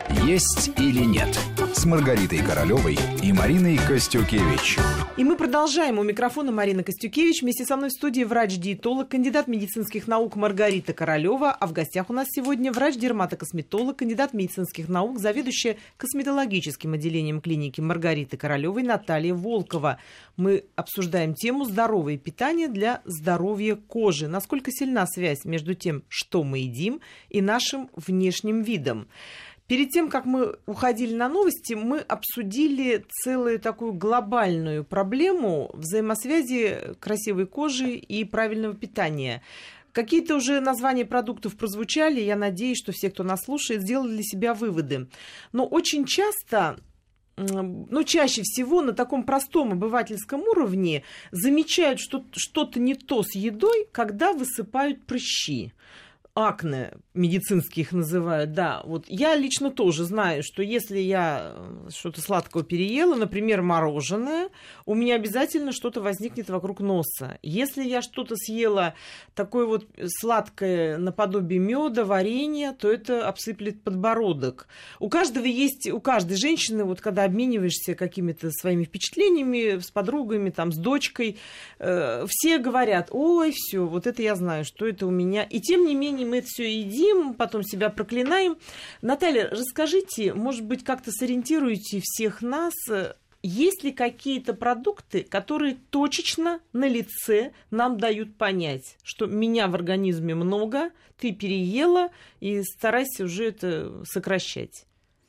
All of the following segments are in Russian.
«Есть или нет» с Маргаритой Королевой и Мариной Костюкевич. И мы продолжаем. У микрофона Марина Костюкевич. Вместе со мной в студии врач-диетолог, кандидат медицинских наук Маргарита Королева. А в гостях у нас сегодня врач-дерматокосметолог, кандидат медицинских наук, заведующая косметологическим отделением клиники Маргариты Королевой Наталья Волкова. Мы обсуждаем тему здоровое питание для здоровья кожи. Насколько сильна связь между тем, что мы едим, и нашим внешним видом. Перед тем, как мы уходили на новости, мы обсудили целую такую глобальную проблему взаимосвязи красивой кожи и правильного питания. Какие-то уже названия продуктов прозвучали, я надеюсь, что все, кто нас слушает, сделали для себя выводы. Но очень часто, чаще всего на таком простом обывательском уровне замечают, что что-то не то с едой, когда высыпают прыщи. Акне, медицинские их называют, да. Вот я лично тоже знаю, что если я что-то сладкого переела, например, мороженое, у меня обязательно что-то возникнет вокруг носа. Если я что-то съела такое вот сладкое наподобие меда, варенья, то это обсыплет подбородок. У каждой женщины, вот когда обмениваешься какими-то своими впечатлениями с подругами, там, с дочкой, все говорят: ой, все, вот это я знаю, что это у меня. И тем не менее мы это все едим, потом себя проклинаем. Наталья, расскажите, может быть, как-то сориентируете всех нас, есть ли какие-то продукты, которые точечно на лице нам дают понять, что меня в организме много, ты переела, и старайся уже это сокращать?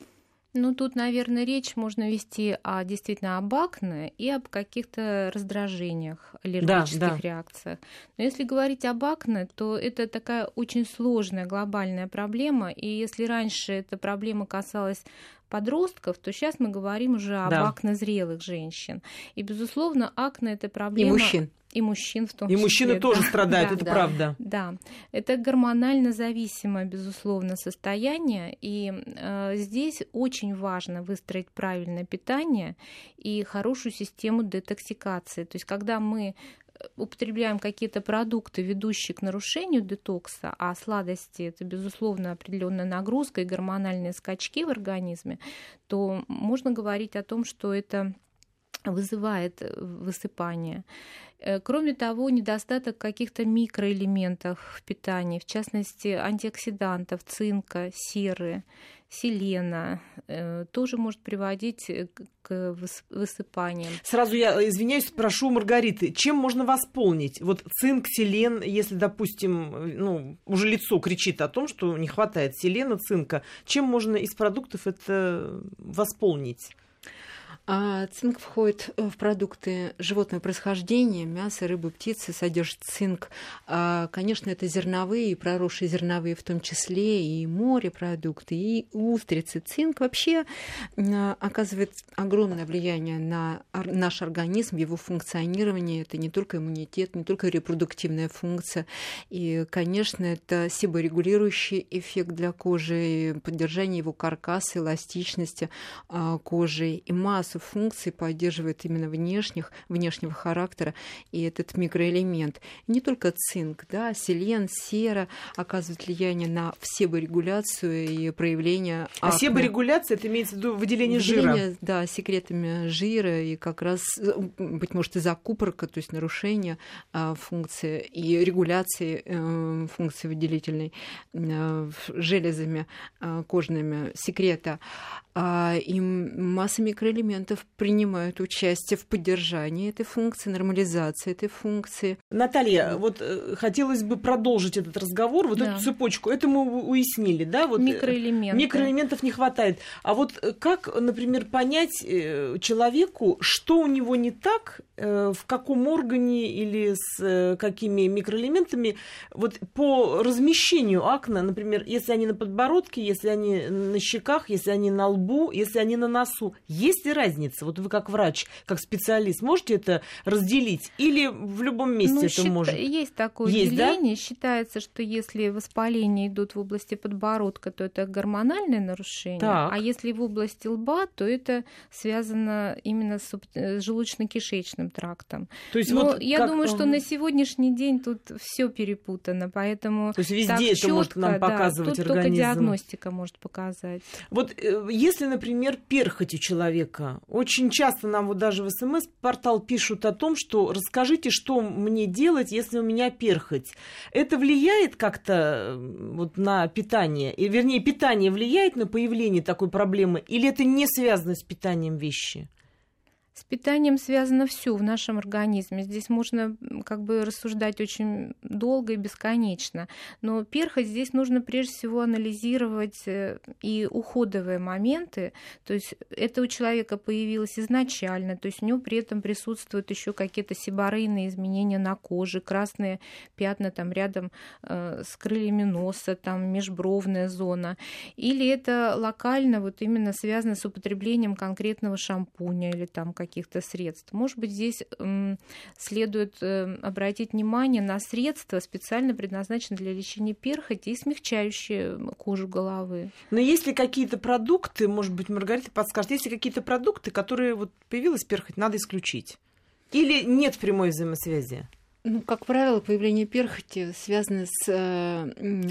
Тут, наверное, речь можно вести действительно об акне и об каких-то раздражениях, аллергических реакциях. Но если говорить об акне, то это такая очень сложная глобальная проблема. И если раньше эта проблема касалась подростков, то сейчас мы говорим уже об акне зрелых женщин. И, безусловно, акне – это проблема... И мужчин в том числе. И мужчины тоже страдают, это правда. Да, это гормонально зависимое, безусловно, состояние. И здесь очень важно выстроить правильное питание и хорошую систему детоксикации. То есть, когда мы употребляем какие-то продукты, ведущие к нарушению детокса, а сладости – это, безусловно, определенная нагрузка и гормональные скачки в организме, то можно говорить о том, что это вызывает высыпание. Кроме того, недостаток каких-то микроэлементов в питании, в частности, антиоксидантов, цинка, серы, селена, тоже может приводить к высыпаниям. Сразу я, извиняюсь, спрошу Маргариты, чем можно восполнить? Вот цинк, селен, если, допустим, уже лицо кричит о том, что не хватает селена, цинка, чем можно из продуктов это восполнить? Цинк входит в продукты животного происхождения, мясо, рыбы, птицы, содержит цинк. Конечно, это зерновые и проросшие зерновые в том числе, и морепродукты, и устрицы. Цинк вообще оказывает огромное влияние на наш организм, его функционирование. Это не только иммунитет, не только репродуктивная функция. И, конечно, это себорегулирующий эффект для кожи, поддержание его каркаса, эластичности кожи и массу функций поддерживает именно внешнего характера и этот микроэлемент. Не только цинк, селен, сера оказывают влияние на себорегуляцию и проявление акне. А себорегуляция, это имеется в виду выделение жира? Да, секретами жира и как раз, быть может, из-за купорка, то есть нарушение функции и регуляции функции выделительной железами кожными секрета. И масса микроэлементов принимают участие в поддержании этой функции, нормализации этой функции. Наталья, вот хотелось бы продолжить этот разговор, эту цепочку. Это мы уяснили, да? Вот микроэлементов не хватает. А вот как, например, понять человеку, что у него не так, в каком органе или с какими микроэлементами, вот по размещению акне, например, если они на подбородке, если они на щеках, если они на лбу, если они на носу, есть ли разница? Вот вы как врач, как специалист, можете это разделить? Или в любом месте это может? Есть такое деление. Да? Считается, что если воспаления идут в области подбородка, то это гормональное нарушение. А если в области лба, то это связано именно с желудочно-кишечным трактом. То есть Но вот я думаю, что на сегодняшний день тут все перепутано, поэтому то есть везде это может нам показывать тут организм. Только диагностика может показать. Вот если, например, перхоть у человека, очень часто нам вот даже в СМС-портал пишут о том, что расскажите, что мне делать, если у меня перхоть. Это влияет как-то вот на питание? И, вернее, питание влияет на появление такой проблемы? Или это не связано с питанием вещи? С питанием связано все в нашем организме. Здесь можно как бы рассуждать очень долго и бесконечно. Но перхоть здесь нужно прежде всего анализировать и уходовые моменты. То есть это у человека появилось изначально, то есть у него при этом присутствуют еще какие-то себорейные изменения на коже, красные пятна там рядом с крыльями носа, там межбровная зона. Или это локально вот именно связано с употреблением конкретного шампуня или там каких-то средств. Может быть, здесь следует обратить внимание на средства, специально предназначенные для лечения перхоти и смягчающие кожу головы. Но есть ли какие-то продукты, может быть, Маргарита подскажет, есть ли какие-то продукты, которые вот появилась перхоть, надо исключить? Или нет прямой взаимосвязи? Ну, как правило, появление перхоти связано с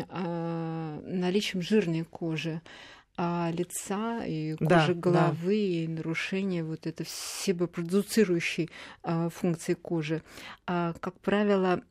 наличием жирной кожи лица и кожи головы, и нарушение вот этой себопродуцирующей функции кожи. Как правило,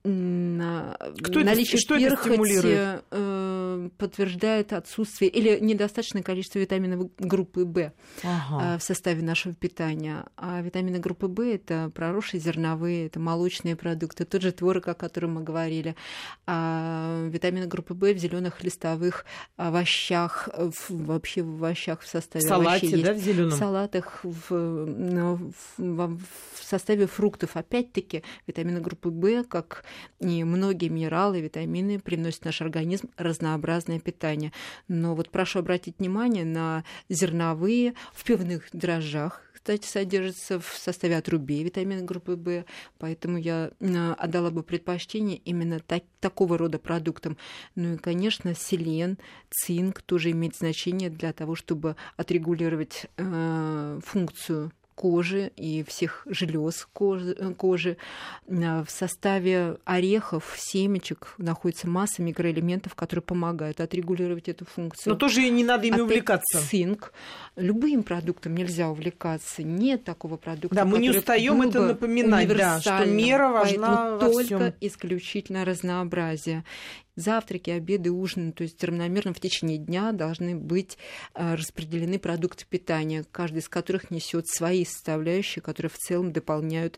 наличие перхоти подтверждает отсутствие или недостаточное количество витаминов группы В в составе нашего питания. А витамины группы В — это проросшие зерновые, это молочные продукты, тот же творог, о котором мы говорили. Витамины группы В в зеленых листовых овощах, вообще в овощах в составе салате, овощей да, в зеленом? В салатах, в составе фруктов. Опять-таки, витамины группы В, как и многие минералы, витамины, приносят в наш организм разнообразное питание. Но вот прошу обратить внимание на зерновые в пивных дрожжах. Кстати, содержится в составе отрубей витамины группы В, поэтому я отдала бы предпочтение именно такого рода продуктам. Ну и, конечно, селен, цинк тоже имеет значение для того, чтобы отрегулировать функцию кожи и всех желез кожи. В составе орехов, семечек находится масса микроэлементов, которые помогают отрегулировать эту функцию. Но тоже не надо ими увлекаться. Цинк. Любым продуктом нельзя увлекаться. Нет такого продукта, да, мы не устаем это напоминать, да, что мера важна во всем. Только исключительно разнообразие. Завтраки, обеды, ужины, то есть равномерно в течение дня должны быть распределены продукты питания, каждый из которых несет свои составляющие, которые в целом дополняют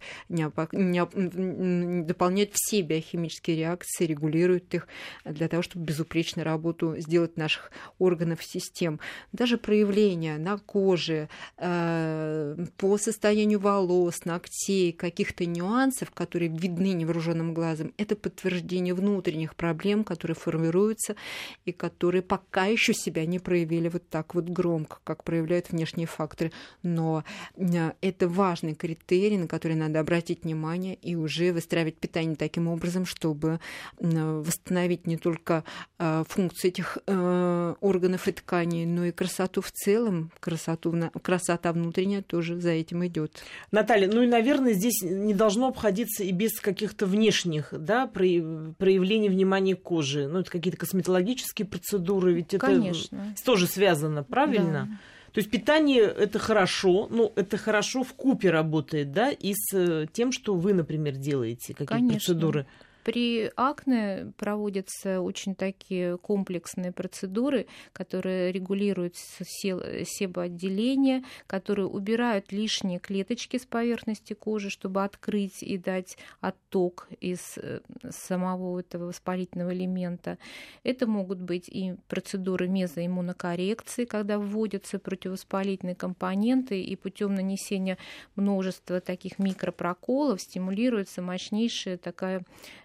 все биохимические реакции, регулируют их для того, чтобы безупречную работу сделать наших органов и систем. Даже проявления на коже, по состоянию волос, ногтей, каких-то нюансов, которые видны невооруженным глазом, это подтверждение внутренних проблем, которые формируются и которые пока еще себя не проявили вот так вот громко, как проявляют внешние факторы. Но это важный критерий, на который надо обратить внимание и уже выстраивать питание таким образом, чтобы восстановить не только функцию этих органов и тканей, но и красоту в целом. Красота внутренняя тоже за этим идет. Наталья, ну и, наверное, здесь не должно обходиться и без каких-то внешних, да, проявлений внимания к кожи. Ну, это какие-то косметологические процедуры, ведь Конечно. Это тоже связано, правильно? Да. То есть питание — это хорошо, но это хорошо вкупе работает, да, и с тем, что вы, например, делаете, какие-то процедуры. При акне проводятся очень такие комплексные процедуры, которые регулируют себоотделение, которые убирают лишние клеточки с поверхности кожи, чтобы открыть и дать отток из самого этого воспалительного элемента. Это могут быть и процедуры мезоиммунокоррекции, когда вводятся противовоспалительные компоненты, и путем нанесения множества таких микропроколов стимулируется мощнейшая такая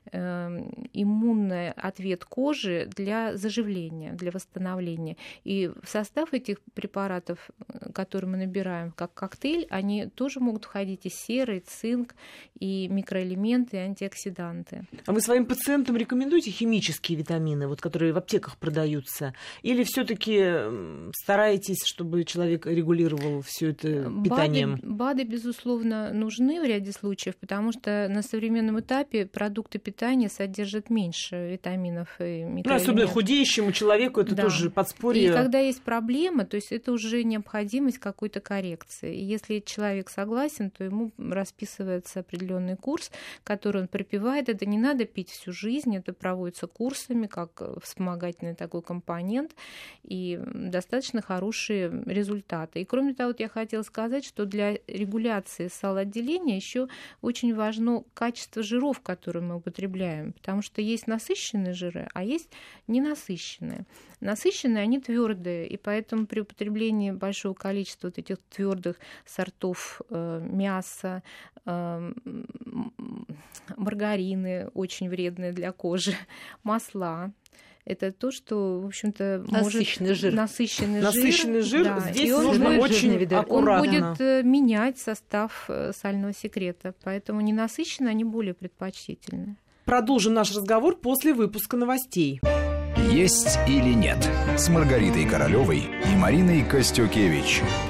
иммунный ответ кожи для заживления, для восстановления. И в состав этих препаратов, которые мы набираем как коктейль, они тоже могут входить и серы, и цинк, и микроэлементы, и антиоксиданты. А вы своим пациентам рекомендуете химические витамины, вот, которые в аптеках продаются? Или все-таки стараетесь, чтобы человек регулировал все это питанием? БАДы, безусловно, нужны в ряде случаев, потому что на современном этапе продукты питания содержат меньше витаминов и микроэлементов. Особенно худеющему человеку это тоже подспорье. И когда есть проблема, то есть это уже необходимость какой-то коррекции. И если человек согласен, то ему расписывается определенный курс, который он пропивает. Это не надо пить всю жизнь, это проводится курсами, как вспомогательный такой компонент, и достаточно хорошие результаты. И кроме того, я хотела сказать, что для регуляции салоотделения еще очень важно качество жиров, которые мы употребляем, потому что есть насыщенные жиры, а есть ненасыщенные. Насыщенные, они твердые, и поэтому при употреблении большого количества вот этих твердых сортов мяса, маргарины очень вредные для кожи, масла. Это то, что, в общем-то, насыщенный жир. Насыщенный жир. Да. Здесь нужно очень аккуратно. Он будет менять состав сального секрета, поэтому ненасыщенные, они более предпочтительны. Продолжим наш разговор после выпуска новостей. «Есть или нет» с Маргаритой Королёвой и Мариной Костюкевич.